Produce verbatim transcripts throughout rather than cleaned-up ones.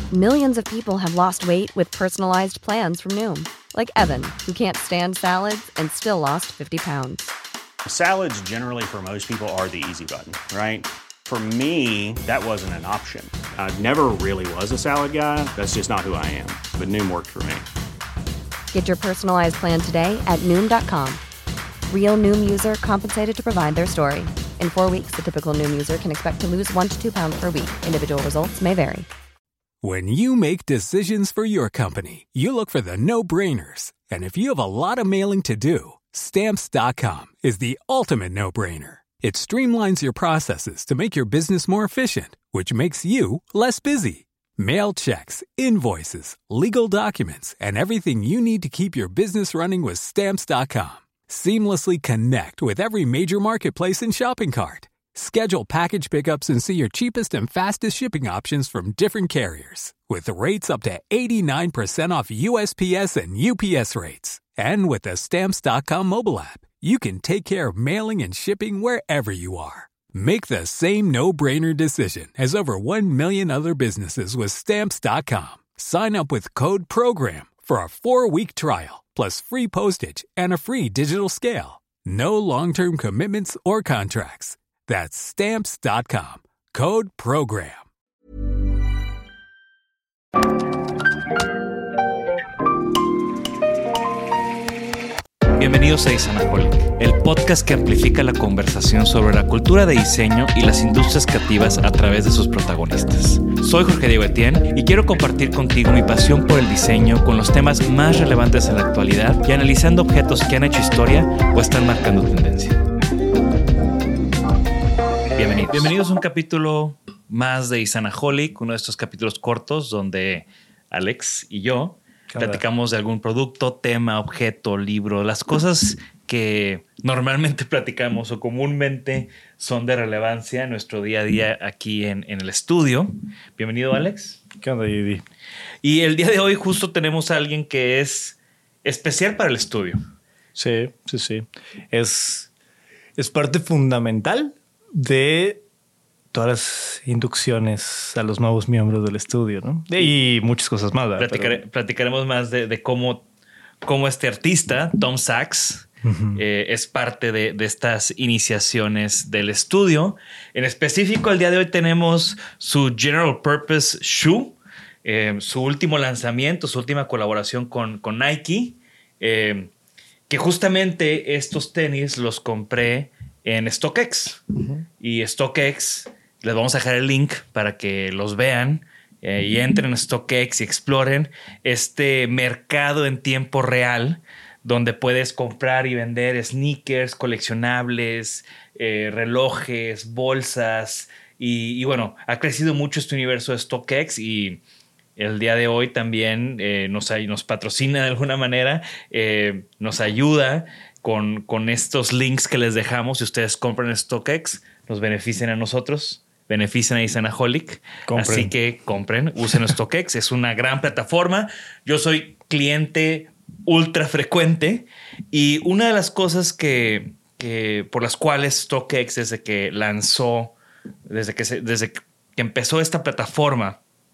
Millions of people have lost weight with personalized plans from Noom. Like Evan, who can't stand salads and still lost fifty pounds. Salads generally for most people are the easy button, right? For me, that wasn't an option. I never really was a salad guy. That's just not who I am. But Noom worked for me. Get your personalized plan today at Noom dot com. Real Noom user compensated to provide their story. In four weeks, the typical Noom user can expect to lose one to two pounds per week. Individual results may vary. When you make decisions for your company, you look for the no-brainers. And if you have a lot of mailing to do, Stamps dot com is the ultimate no-brainer. It streamlines your processes to make your business more efficient, which makes you less busy. Mail checks, invoices, legal documents, and everything you need to keep your business running with Stamps dot com. Seamlessly connect with every major marketplace and shopping cart. Schedule package pickups and see your cheapest and fastest shipping options from different carriers. With rates up to eighty-nine percent off U S P S and U P S rates. And with the Stamps dot com mobile app, you can take care of mailing and shipping wherever you are. Make the same no-brainer decision as over one million other businesses with Stamps dot com. Sign up with code PROGRAM for a four-week trial, plus free postage and a free digital scale. No long-term commitments or contracts. That's Stamps dot com. Code PROGRAM. Bienvenidos a Isanaholic, el podcast que amplifica la conversación sobre la cultura de diseño y las industrias creativas a través de sus protagonistas. Soy Jorge Diego Etienne y quiero compartir contigo mi pasión por el diseño con los temas más relevantes en la actualidad y analizando objetos que han hecho historia o están marcando tendencia. Bienvenidos. Bienvenidos a un capítulo más de Isanaholic, uno de estos capítulos cortos donde Alex y yo platicamos de algún producto, tema, objeto, libro, las cosas que normalmente platicamos o comúnmente son de relevancia en nuestro día a día aquí en, en el estudio. Bienvenido, Alex. ¿Qué onda, Didi? Y el día de hoy justo tenemos a alguien que es especial para el estudio. Sí, sí, sí. Es, es parte fundamental de todas las inducciones a los nuevos miembros del estudio, ¿no? Y muchas cosas más, ¿verdad? Platicare, Pero... Platicaremos más de, de cómo, cómo este artista, Tom Sachs, uh-huh. eh, es parte de, de estas iniciaciones del estudio. En específico, el día de hoy tenemos su General Purpose Shoe, eh, su último lanzamiento, su última colaboración con, con Nike, eh, que justamente estos tenis los compré en StockX. Uh-huh. Y StockX, les vamos a dejar el link para que los vean eh, y entren a StockX y exploren este mercado en tiempo real donde puedes comprar y vender sneakers, coleccionables, eh, relojes, bolsas y, y bueno, ha crecido mucho este universo de StockX y el día de hoy también eh, nos, nos patrocina de alguna manera, eh, nos ayuda con, con estos links que les dejamos. Si ustedes compran StockX, nos benefician a nosotros, benefician a Isanaholic. Compren. Así que compren, usen StockX. Es una gran plataforma. Yo soy cliente ultra frecuente y una de las cosas que, que por las cuales StockX desde que lanzó, desde que, se, desde que empezó esta plataforma,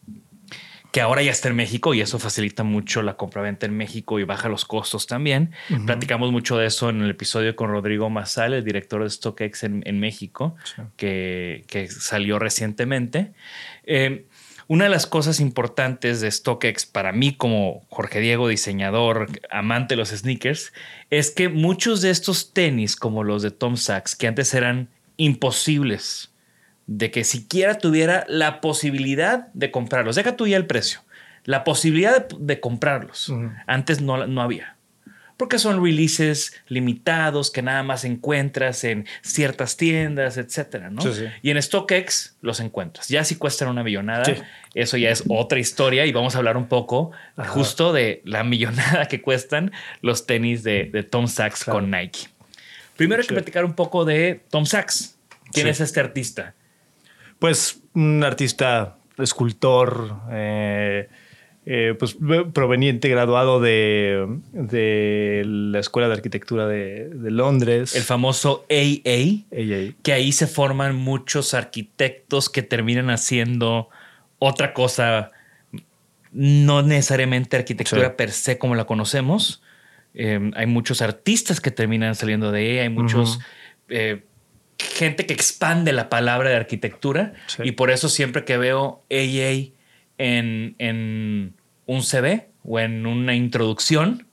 que ahora ya está en México y eso facilita mucho la compraventa en México y baja los costos también. Uh-huh. Platicamos mucho de eso en el episodio con Rodrigo Mazal, el director de StockX en, en México, sí. que, que salió recientemente. Eh, una de las cosas importantes de StockX para mí como Jorge Diego, diseñador, amante de los sneakers, es que muchos de estos tenis como los de Tom Sachs, que antes eran imposibles de que siquiera tuviera la posibilidad de comprarlos. Deja tú ya el precio. La posibilidad de, de comprarlos. Uh-huh. Antes no, no había. Porque son releases limitados que nada más encuentras en ciertas tiendas, etcétera, ¿no? Sí, sí. Y en StockX los encuentras. Ya si cuestan una millonada, sí. Eso ya es otra historia y vamos a hablar un poco Ajá. justo de la millonada que cuestan los tenis de, de Tom Sachs claro. con Nike. Primero sí. hay que platicar un poco de Tom Sachs. ¿Quién sí. es este artista? Pues un artista, escultor, eh, eh, pues proveniente, graduado de, de la Escuela de Arquitectura de, de Londres. El famoso A A, que ahí se forman muchos arquitectos que terminan haciendo otra cosa no necesariamente arquitectura Sí. per se como la conocemos. Eh, hay muchos artistas que terminan saliendo de ahí, hay muchos... Ujú. Eh, gente que expande la palabra de arquitectura Sí. y por eso siempre que veo A A en, en un C V o en una introducción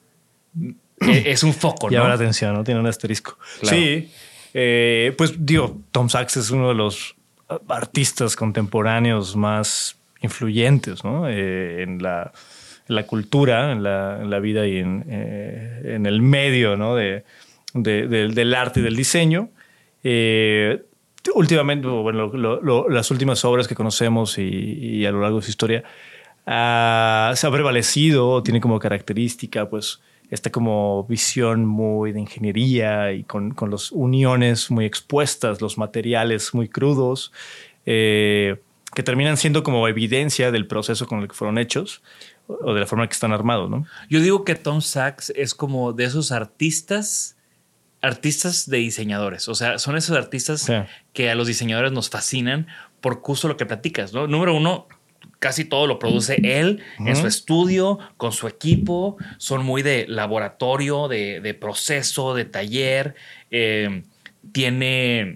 eh, es un foco, Llama ¿no? la atención, ¿no? Tiene un asterisco. Claro. Sí. Eh, pues digo, Tom Sachs es uno de los artistas contemporáneos más influyentes, ¿no? Eh, en, la, en la cultura, en la, en la vida y en, eh, en el medio, ¿no? de, de, de, del arte y del diseño. Eh, últimamente, bueno, lo, lo, las últimas obras que conocemos y, y a lo largo de su historia uh, se ha prevalecido, tiene como característica, pues, esta como visión muy de ingeniería y con, con las uniones muy expuestas, los materiales muy crudos, eh, que terminan siendo como evidencia del proceso con el que fueron hechos o de la forma en que están armados, ¿no? Yo digo que Tom Sachs es como de esos artistas, artistas de diseñadores. O sea, son esos artistas Sí. que a los diseñadores nos fascinan por justo lo que platicas, ¿no? Número uno, casi todo lo produce él uh-huh. en su estudio, con su equipo. Son muy de laboratorio, de, de proceso, de taller. Eh, tiene...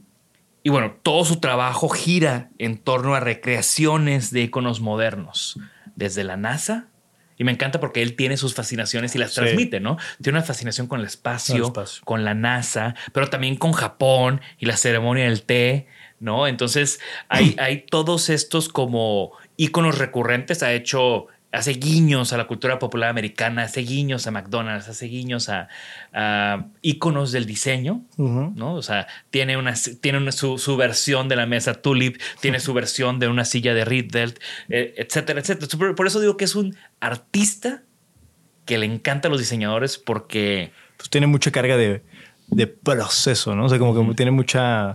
Y bueno, todo su trabajo gira en torno a recreaciones de iconos modernos. Desde la NASA. Y me encanta porque él tiene sus fascinaciones y las sí. transmite, ¿no? Tiene una fascinación con el espacio, el espacio, con la NASA, pero también con Japón y la ceremonia del té, ¿no? Entonces hay, hay todos estos como íconos recurrentes. Ha hecho, hace guiños a la cultura popular americana, hace guiños a McDonald's, hace guiños a, a íconos del diseño, uh-huh. ¿no? O sea, tiene, una, tiene una, su, su versión de la mesa Tulip, tiene su versión de una silla de Rietveld, eh, etcétera, etcétera. Por, por eso digo que es un artista que le encanta a los diseñadores porque... Pues tiene mucha carga de, de proceso, ¿no? O sea, como que uh-huh. tiene mucha...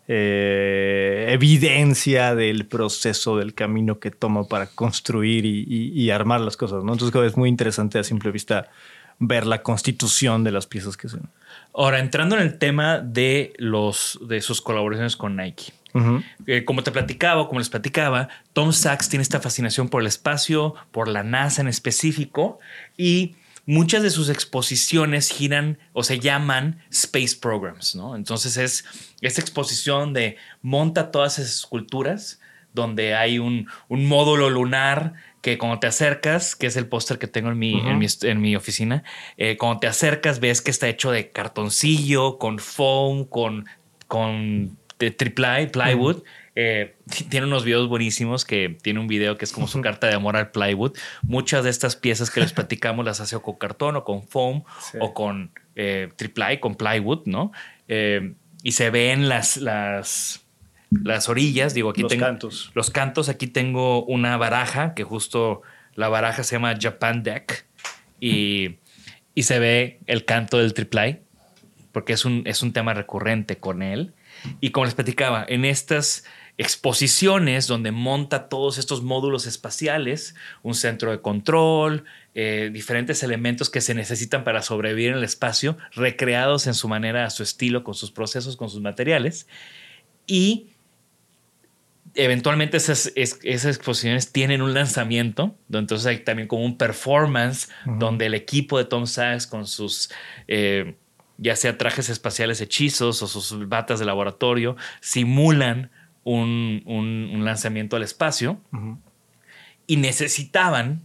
Eh, evidencia del proceso, del camino que toma para construir y, y, y armar las cosas, ¿no? Entonces es muy interesante a simple vista ver la constitución de las piezas que son. Ahora, entrando en el tema de, los, de sus colaboraciones con Nike. Uh-huh. Eh, como te platicaba, como les platicaba, Tom Sachs tiene esta fascinación por el espacio, por la NASA en específico, y muchas de sus exposiciones giran o se llaman Space Programs, ¿no? Entonces es esta exposición de monta todas esas esculturas donde hay un, un módulo lunar que cuando te acercas, que es el póster que tengo en mi, uh-huh. en mi, en mi oficina, eh, cuando te acercas ves que está hecho de cartoncillo, con foam, con, con triple plywood. Uh-huh. Eh, tiene unos videos buenísimos que tiene un video que es como su carta de amor al plywood. Muchas de estas piezas que les platicamos las hace o con cartón o con foam sí. o con eh, triple con plywood, ¿no? Eh, y se ven las, las, las orillas. Digo, aquí los tengo cantos. Los cantos. Aquí tengo una baraja que justo la baraja se llama Japan Deck y, y se ve el canto del triple porque es un, es un tema recurrente con él. Y como les platicaba, en estas exposiciones donde monta todos estos módulos espaciales, un centro de control, eh, diferentes elementos que se necesitan para sobrevivir en el espacio, recreados en su manera, a su estilo, con sus procesos, con sus materiales. Y eventualmente esas, es, esas exposiciones tienen un lanzamiento, entonces hay también como un performance uh-huh. donde el equipo de Tom Sachs con sus... Eh, ya sea trajes espaciales hechizos o sus batas de laboratorio, simulan un, un, un lanzamiento al espacio uh-huh. y necesitaban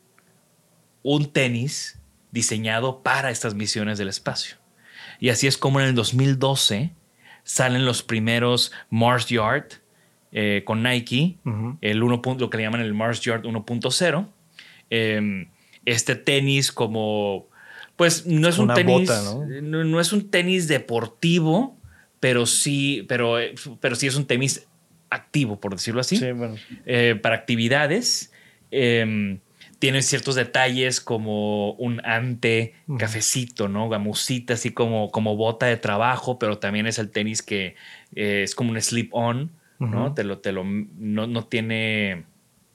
un tenis diseñado para estas misiones del espacio. Y así es como en el dos mil doce salen los primeros Mars Yard eh, con Nike, uh-huh. el uno. Lo que le llaman el Mars Yard uno punto cero. Eh, este tenis como... Pues no es un tenis, bota, ¿no? ¿no? No es un tenis deportivo, pero sí, pero, pero sí es un tenis activo, por decirlo así. Sí, bueno. Eh, para actividades. Eh, tiene ciertos detalles como un ante uh-huh. cafecito, ¿no? Gamusita, así como, como bota de trabajo, pero también es el tenis que eh, es como un slip-on, uh-huh. ¿no? Te lo, te lo, no, no tiene...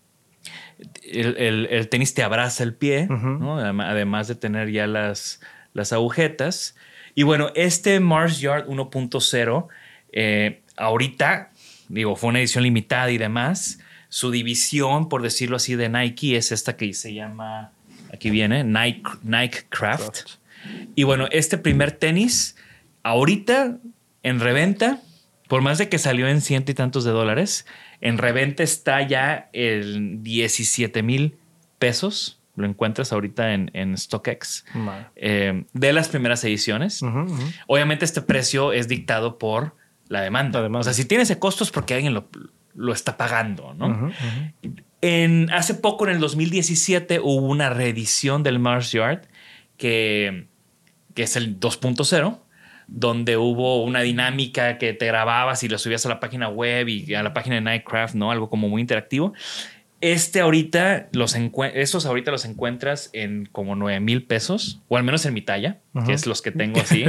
El, el, el tenis te abraza el pie, uh-huh. ¿no? Además de tener ya las, las agujetas. Y bueno, este Mars Yard uno punto cero, eh, ahorita, digo, fue una edición limitada y demás, su división, por decirlo así, de Nike es esta que se llama, aquí viene, Nike, Nike Craft. Craft. Y bueno, este primer tenis, ahorita en reventa, por más de que salió en ciento y tantos de dólares, en reventa está ya en diecisiete mil pesos. Lo encuentras ahorita en, en StockX eh, de las primeras ediciones. Uh-huh, uh-huh. Obviamente este precio es dictado por la demanda. la demanda. O sea, si tiene ese costo es porque alguien lo, lo está pagando, ¿no? Uh-huh, uh-huh. En, hace poco, en el dos mil diecisiete, hubo una reedición del Mars Yard que, que es el dos punto cero, donde hubo una dinámica que te grababas y lo subías a la página web y a la página de Nightcraft, ¿no? Algo como muy interactivo. Este ahorita, los encu- estos ahorita los encuentras en como nueve mil pesos, o al menos en mi talla, uh-huh. que es los que tengo así.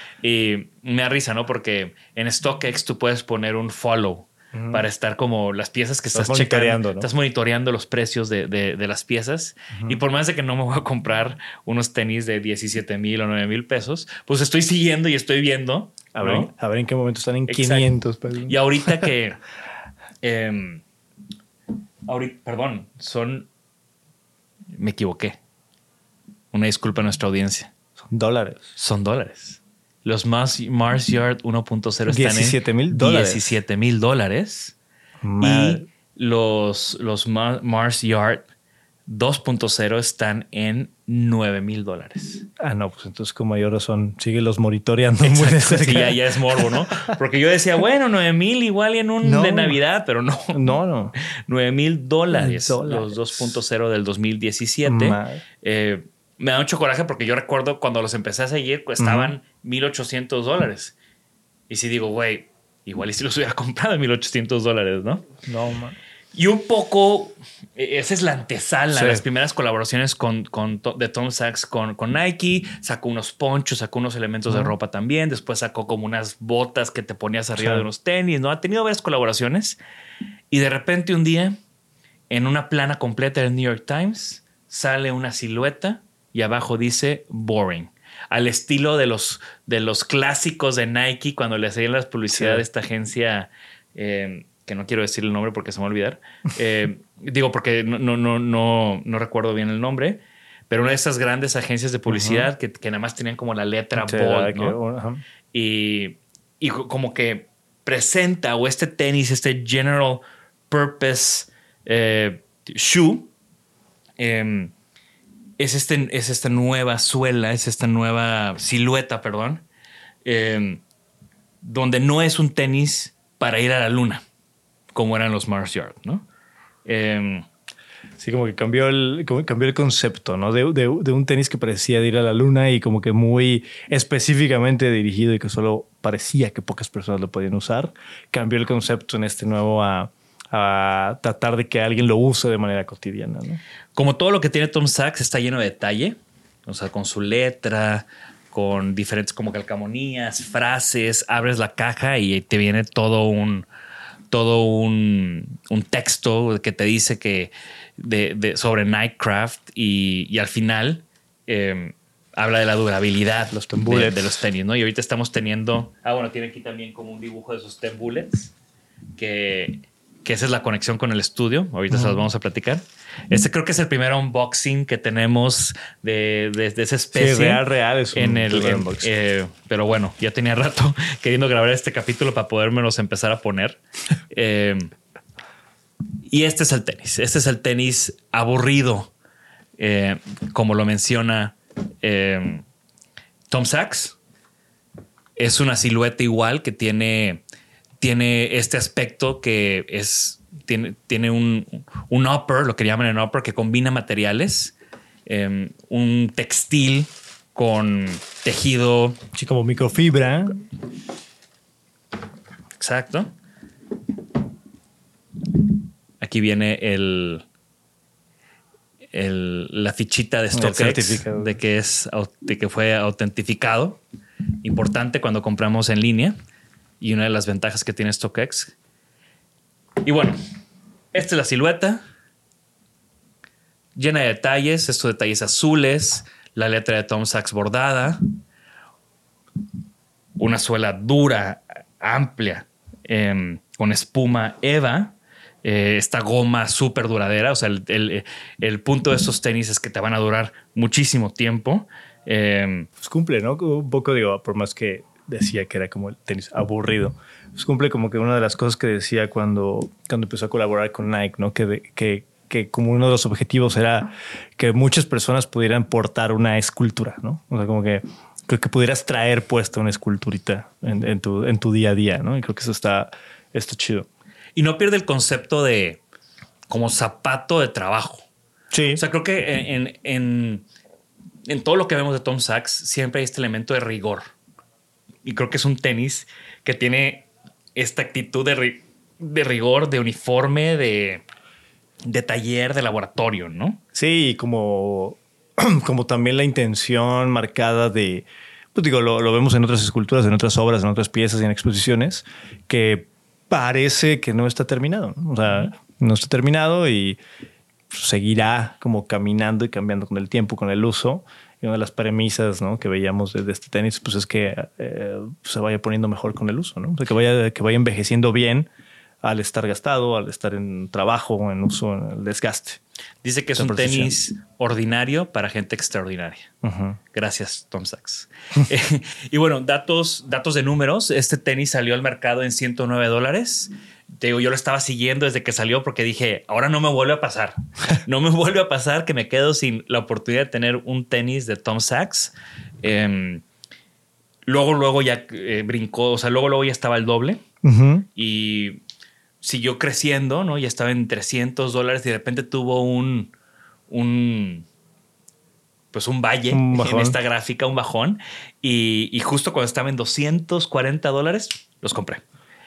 Y me da risa, ¿no? Porque en StockX tú puedes poner un follow uh-huh. para estar como las piezas que estás, estás monitoreando, ¿no? Estás monitoreando los precios de, de, de las piezas. Uh-huh. Y por más de que no me voy a comprar unos tenis de diecisiete mil o nueve mil pesos, pues estoy siguiendo y estoy viendo. A ver, ¿no? a ver en qué momento están en Exacto. quinientos pesos. Y ahorita que... eh, Ahorita, perdón, son... Me equivoqué. Una disculpa a nuestra audiencia. Son dólares. Son dólares. Los Mars, Mars Yard uno punto cero están diecisiete mil en dólares. diecisiete mil dólares. Y los, los Mars Yard dos punto cero están en nueve mil dólares. Ah, no, pues entonces con mayor razón sigue los monitoreando Exacto, muy de cerca. Sí, ya, ya es morbo, ¿no? Porque yo decía, bueno, nueve mil igual y en un no, de Navidad, pero no. No, no. nueve mil dólares. Los dos punto cero del dos mil diecisiete. Eh, me da mucho coraje porque yo recuerdo cuando los empecé a seguir, costaban uh-huh. mil ochocientos dólares. Y si digo, güey, igual y si los hubiera comprado en mil ochocientos dólares, ¿no? No, man. Y un poco, esa es la antesala, sí. las primeras colaboraciones con, con, de Tom Sachs con, con Nike. Sacó unos ponchos, sacó unos elementos uh-huh. de ropa también. Después sacó como unas botas que te ponías arriba sí. de unos tenis, ¿no? Ha tenido varias colaboraciones. Y de repente un día, en una plana completa del New York Times, sale una silueta y abajo dice boring. Al estilo de los, de los clásicos de Nike cuando le hacían las publicidades sí. de esta agencia... Eh, que no quiero decir el nombre porque se me va a olvidar. Eh, digo, porque no, no, no, no, no recuerdo bien el nombre, pero una de esas grandes agencias de publicidad uh-huh. que, que nada más tenían como la letra sí, bold, ¿no? Que, uh-huh. y, y como que presenta o este tenis, este general purpose eh, shoe, eh, es, este, es esta nueva suela, es esta nueva silueta, perdón, eh, donde no es un tenis para ir a la luna, como eran los Mars Yard, ¿no? Eh, sí, como que cambió el, como cambió el concepto, ¿no? De, de, de un tenis que parecía de ir a la luna y como que muy específicamente dirigido y que solo parecía que pocas personas lo podían usar. Cambió el concepto en este nuevo a, a tratar de que alguien lo use de manera cotidiana, ¿no? Como todo lo que tiene Tom Sachs está lleno de detalle, o sea, con su letra, con diferentes como calcamonías, frases, abres la caja y te viene todo un... todo un, un texto que te dice que de, de, sobre Nightcraft y, y al final eh, habla de la durabilidad los de, de los tenis, ¿no? Y ahorita estamos teniendo... Ah, bueno, tiene aquí también como un dibujo de esos ten bullets que, que esa es la conexión con el estudio. Ahorita uh-huh. se las vamos a platicar. Este creo que es el primer unboxing que tenemos de, de, de esa especie. Sí, real, real. Es un en el, en, eh, pero bueno, ya tenía rato queriendo grabar este capítulo para podérmelos empezar a poner. Eh, y este es el tenis. Este es el tenis aburrido, eh, como lo menciona eh, Tom Sachs. Es una silueta igual que tiene, tiene este aspecto que es... Tiene, tiene un, un upper, lo que llaman el upper, que combina materiales. Eh, un textil con tejido. Sí, como microfibra. Exacto. Aquí viene el, el la fichita de StockX de que, es, de que fue autentificado. Importante cuando compramos en línea. Y una de las ventajas que tiene StockX. Y bueno, esta es la silueta. Llena de detalles, estos detalles azules, la letra de Tom Sachs bordada, una suela dura, amplia, eh, con espuma Eva, eh, esta goma súper duradera. O sea, el, el, el punto de estos tenis es que te van a durar muchísimo tiempo. Eh, pues cumple, ¿no? Un poco, digo, por más que decía que era como el tenis aburrido, pues cumple como que una de las cosas que decía cuando, cuando empezó a colaborar con Nike, ¿no? Que, de, que, que como uno de los objetivos era que muchas personas pudieran portar una escultura, ¿no? O sea, como que creo que pudieras traer puesta una esculturita en, en, tu, en tu día a día, ¿no? Y creo que eso está, está chido. Y no pierde el concepto de como zapato de trabajo. Sí. O sea, creo que en, en, en, en todo lo que vemos de Tom Sachs siempre hay este elemento de rigor. Y creo que es un tenis que tiene esta actitud de, ri de rigor, de uniforme, de, de taller, de laboratorio, ¿no? Sí, como, como también la intención marcada de, pues digo, lo, lo vemos en otras esculturas, en otras obras, en otras piezas y en exposiciones, que parece que no está terminado, ¿no? O sea, no está terminado y seguirá como caminando y cambiando con el tiempo, con el uso. Y una de las premisas, ¿no?, que veíamos de, de este tenis, pues es que eh, se vaya poniendo mejor con el uso, ¿no? O sea, que vaya, que vaya envejeciendo bien al estar gastado, al estar en trabajo, en uso, en el desgaste. Dice que es un tenis ordinario para gente extraordinaria. Uh-huh. Gracias, Tom Sachs. eh, y bueno, datos, datos de números. Este tenis salió al mercado en ciento nueve dólares. Te digo, yo lo estaba siguiendo desde que salió porque dije, ahora no me vuelve a pasar. No me vuelve a pasar que me quedo sin la oportunidad de tener un tenis de Tom Sachs. Eh, luego, luego ya eh, brincó, o sea, luego, luego ya estaba el doble. Uh-huh. Y siguió creciendo, ¿no? Ya estaba en trescientos dólares y de repente tuvo un, un pues un valle un en esta gráfica, un bajón. Y, y justo cuando estaba en doscientos cuarenta dólares, los compré.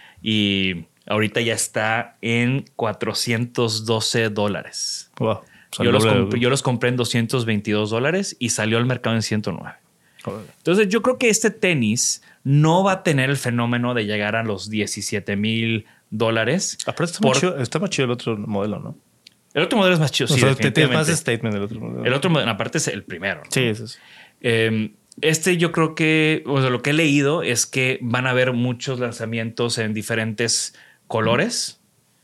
Y ahorita ya está en cuatrocientos doce dólares. Wow. Yo los, yo los compré en doscientos veintidós dólares y salió al mercado en ciento nueve. Joder. Entonces yo creo que este tenis no va a tener el fenómeno de llegar a los diecisiete mil dólares. Aparte está, por... más chido, está más chido el otro modelo, ¿no? El otro modelo es más chido, o sí, sea, tiene más definitivamente. statement el otro modelo. El otro modelo, aparte es el primero, ¿no? Sí, eso es. Eh, este yo creo que, o sea, lo que he leído es que van a haber muchos lanzamientos en diferentes colores.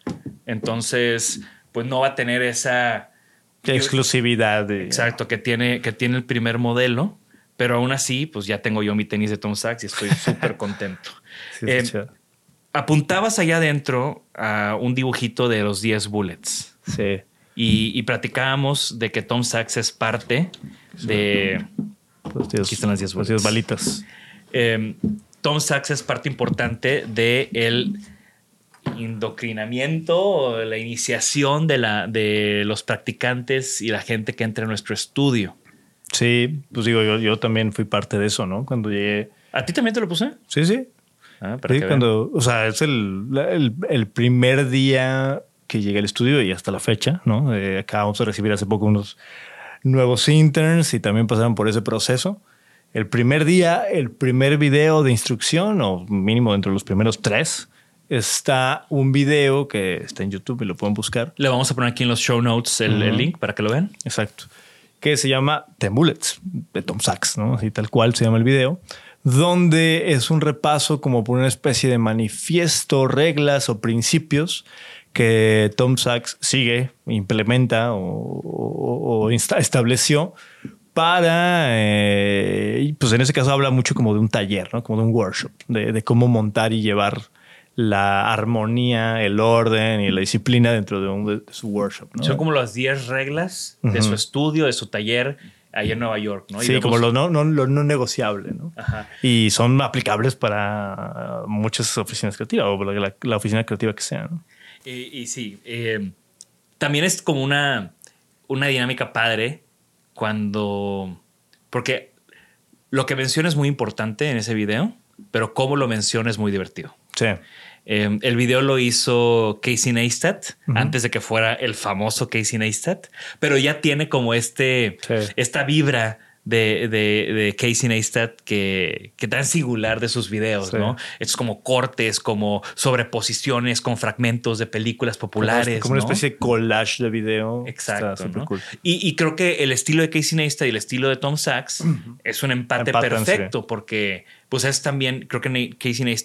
Entonces, pues no va a tener esa exclusividad. De... Exacto, que tiene, que tiene el primer modelo. Pero aún así, pues ya tengo yo mi tenis de Tom Sachs y estoy súper contento. Sí, eh, sí, apuntabas allá adentro a un dibujito de los diez bullets. Sí. Y, y platicábamos de que Tom Sachs es parte sí. de... Los diez, aquí están las diez los diez balitas. Eh, Tom Sachs es parte importante del indoctrinamiento, la iniciación de, la, de los practicantes y la gente que entra en nuestro estudio. Sí, pues digo, yo, yo también fui parte de eso, ¿no? Cuando llegué... ¿A ti también te lo puse? Sí, sí. Ah, para sí, que cuando... O sea, es el, el, el primer día que llegué al estudio y hasta la fecha, ¿no? Eh, acabamos de recibir hace poco unos nuevos interns y también pasaron por ese proceso. El primer día, el primer video de instrucción, o mínimo dentro de los primeros tres, está un video que está en YouTube y lo pueden buscar. Le vamos a poner aquí en los show notes el, uh-huh. el link para que lo vean. Exacto. Que se llama The Bullets de Tom Sachs, ¿no? Así tal cual se llama el video, donde es un repaso como por una especie de manifiesto, reglas o principios que Tom Sachs sigue, implementa o, o, o estableció para, eh, pues en ese caso habla mucho como de un taller, ¿no? Como de un workshop, de, de cómo montar y llevar la armonía, el orden y la disciplina dentro de, un, de su workshop, ¿no? Son como las diez reglas uh-huh. de su estudio, de su taller allá en Nueva York, ¿no? Y sí, vemos... como lo no, no, lo no negociable, ¿no? Ajá. Y son aplicables para muchas oficinas creativas o la, la oficina creativa que sea, ¿no? Y, y sí, eh, también es como una, una dinámica padre cuando... Porque lo que menciona es muy importante en ese video, pero cómo lo menciona es muy divertido. Sí. Eh, el video lo hizo Casey Neistat uh-huh. antes de que fuera el famoso Casey Neistat, pero ya tiene como este, sí. esta vibra de, de, de Casey Neistat que, que tan singular de sus videos, sí. ¿no? Es como cortes, como sobreposiciones con fragmentos de películas populares. Como, como ¿no? una especie de collage de video. Exacto. ¿no? Cool. Y, y creo que el estilo de Casey Neistat y el estilo de Tom Sachs uh-huh. es un empate Empatan, perfecto sí. porque pues es también, creo que Casey Neistat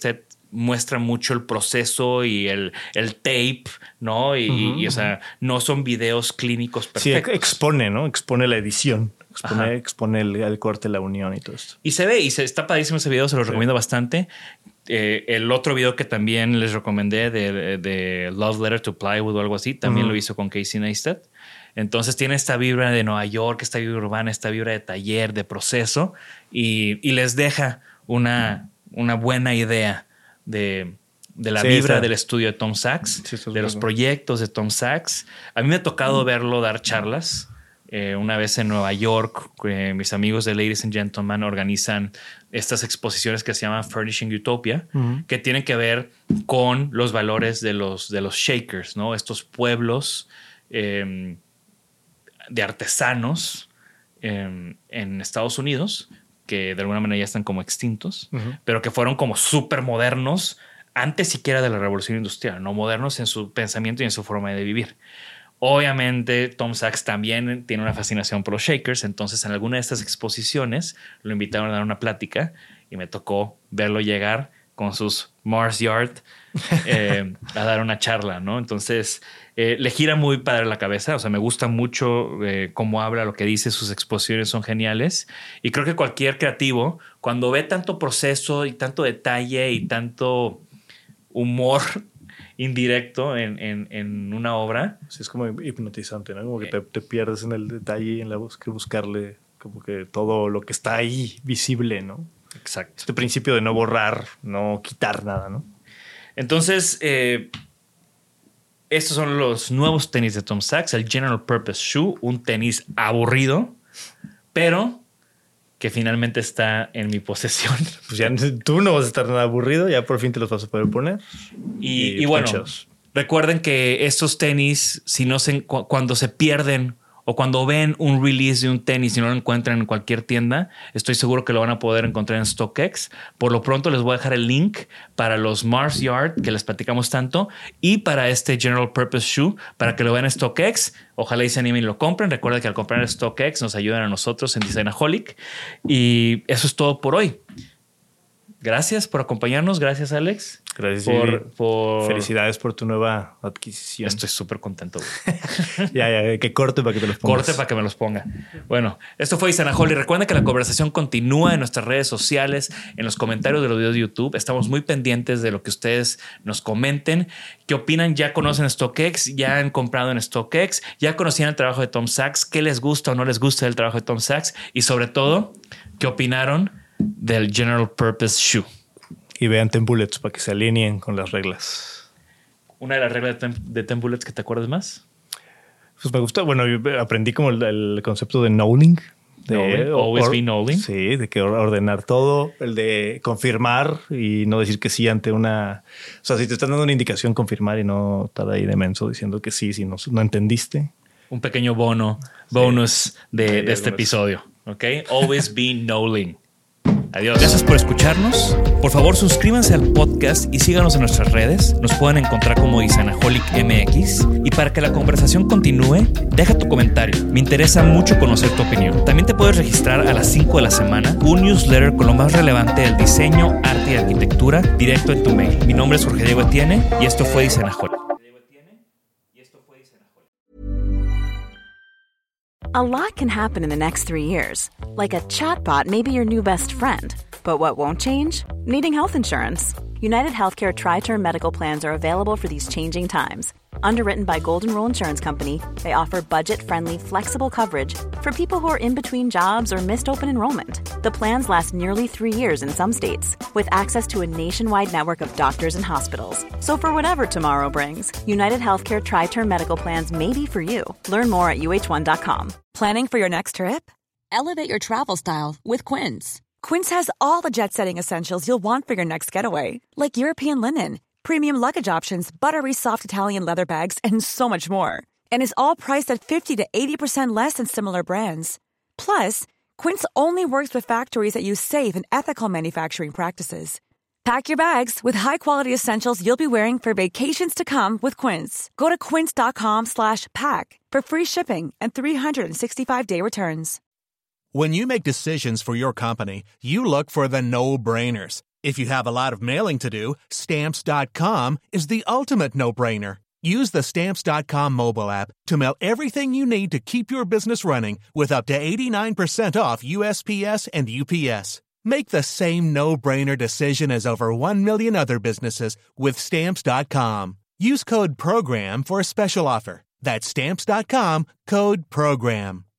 muestra mucho el proceso y el, el tape, ¿no? Y, uh-huh. y, o sea, no son videos clínicos perfectos. Sí, expone, ¿no? Expone la edición. Expone, expone el, el corte, la unión y todo esto. Y se ve, y se, está padrísimo ese video, se lo sí. recomiendo bastante. Eh, el otro video que también les recomendé de, de Love Letter to Plywood o algo así, también uh-huh. lo hizo con Casey Neistat. Entonces tiene esta vibra de Nueva York, esta vibra urbana, esta vibra de taller, de proceso, y, y les deja una, una buena idea de, de la sí, vibra está. del estudio de Tom Sachs, sí, de los proyectos de Tom Sachs. A mí me ha tocado uh-huh. verlo dar charlas. Eh, una vez en Nueva York, eh, mis amigos de Ladies and Gentlemen organizan estas exposiciones que se llaman Furnishing Utopia, uh-huh. que tienen que ver con los valores de los, de los Shakers, ¿no? Estos pueblos eh, de artesanos eh, en Estados Unidos que de alguna manera ya están como extintos, uh-huh. pero que fueron como súper modernos antes siquiera de la Revolución Industrial, ¿no? Modernos en su pensamiento y en su forma de vivir. Obviamente, Tom Sachs también tiene una fascinación por los Shakers. Entonces, en alguna de estas exposiciones lo invitaron a dar una plática y me tocó verlo llegar con sus Mars Yard eh, a dar una charla, ¿no? Entonces, eh, le gira muy padre la cabeza. O sea, me gusta mucho eh, cómo habla, lo que dice. Sus exposiciones son geniales. Y creo que cualquier creativo, cuando ve tanto proceso y tanto detalle y tanto humor indirecto en, en, en una obra. Sí, es como hipnotizante, ¿no? Como que te, te pierdes en el detalle y en la búsqueda, buscarle como que todo lo que está ahí visible, ¿no? Exacto. Este principio de no borrar, no quitar nada, ¿no? Entonces, eh, estos son los nuevos tenis de Tom Sachs, el General Purpose Shoe, un tenis aburrido, pero que finalmente está en mi posesión. Pues ya tú no vas a estar nada aburrido, ya por fin te los vas a poder poner. Y, y, y bueno, ponchados. Recuerden que estos tenis, si no se, cu- cuando se pierden o cuando ven un release de un tenis y no lo encuentran en cualquier tienda, estoy seguro que lo van a poder encontrar en StockX. Por lo pronto les voy a dejar el link para los Mars Yard, que les platicamos tanto, y para este General Purpose Shoe, para que lo vean en StockX. Ojalá y se animen y lo compren. Recuerden que al comprar en StockX nos ayudan a nosotros en Designaholic. Y eso es todo por hoy. Gracias por acompañarnos. Gracias, Alex. Gracias, por, por... Felicidades por tu nueva adquisición. Estoy súper contento. ya, ya, que corte para que te los pongas. Corte para que me los ponga. Bueno, esto fue Designaholic. Recuerden que la conversación continúa en nuestras redes sociales, en los comentarios de los videos de YouTube. Estamos muy pendientes de lo que ustedes nos comenten. ¿Qué opinan? ¿Ya conocen StockX? ¿Ya han comprado en StockX? ¿Ya conocían el trabajo de Tom Sachs? ¿Qué les gusta o no les gusta del trabajo de Tom Sachs? Y sobre todo, ¿qué opinaron del General Purpose Shoe? Y vean Ten Bullets para que se alineen con las reglas. ¿Una de las reglas de Ten, de Ten Bullets que te acuerdas más? Pues me gusta. Bueno, yo aprendí como el, el concepto de knowing. De knowing. Always or, be knowing. Sí, de que ordenar todo. El de confirmar y no decir que sí ante una... O sea, si te están dando una indicación, confirmar y no estar ahí de menso diciendo que sí, si no, no entendiste. Un pequeño bono, bonus sí. de, sí, de este episodio. ¿Ok? Always be knowing. Adiós. Gracias por escucharnos. Por favor, suscríbanse al podcast y síganos en nuestras redes. Nos pueden encontrar como Designaholic M X. Y para que la conversación continúe, deja tu comentario. Me interesa mucho conocer tu opinión. También te puedes registrar a las cinco de la semana un newsletter con lo más relevante del diseño, arte y arquitectura directo en tu mail. Mi nombre es Jorge Diego Etienne y esto fue Designaholic. A lot can happen in the next three years. Like a chatbot may be your new best friend. But what won't change? Needing health insurance. United Healthcare Tri-Term Medical Plans are available for these changing times. Underwritten by Golden Rule Insurance Company, they offer budget-friendly, flexible coverage for people who are in between jobs or missed open enrollment. The plans last nearly three years in some states, with access to a nationwide network of doctors and hospitals. So for whatever tomorrow brings, United Healthcare Tri-Term Medical Plans may be for you. Learn more at U H one dot com. Planning for your next trip? Elevate your travel style with Quince. Quince has all the jet-setting essentials you'll want for your next getaway, like European linen, premium luggage options, buttery soft Italian leather bags, and so much more. And is all priced at fifty to eighty percent less than similar brands. Plus, Quince only works with factories that use safe and ethical manufacturing practices. Pack your bags with high-quality essentials you'll be wearing for vacations to come with Quince. Go to quince.com slash pack for free shipping and three sixty-five day returns. When you make decisions for your company, you look for the no-brainers. If you have a lot of mailing to do, Stamps dot com is the ultimate no-brainer. Use the Stamps dot com mobile app to mail everything you need to keep your business running with up to eighty-nine percent off U S P S and U P S. Make the same no-brainer decision as over one million other businesses with Stamps dot com. Use code PROGRAM for a special offer. That's Stamps dot com, code PROGRAM.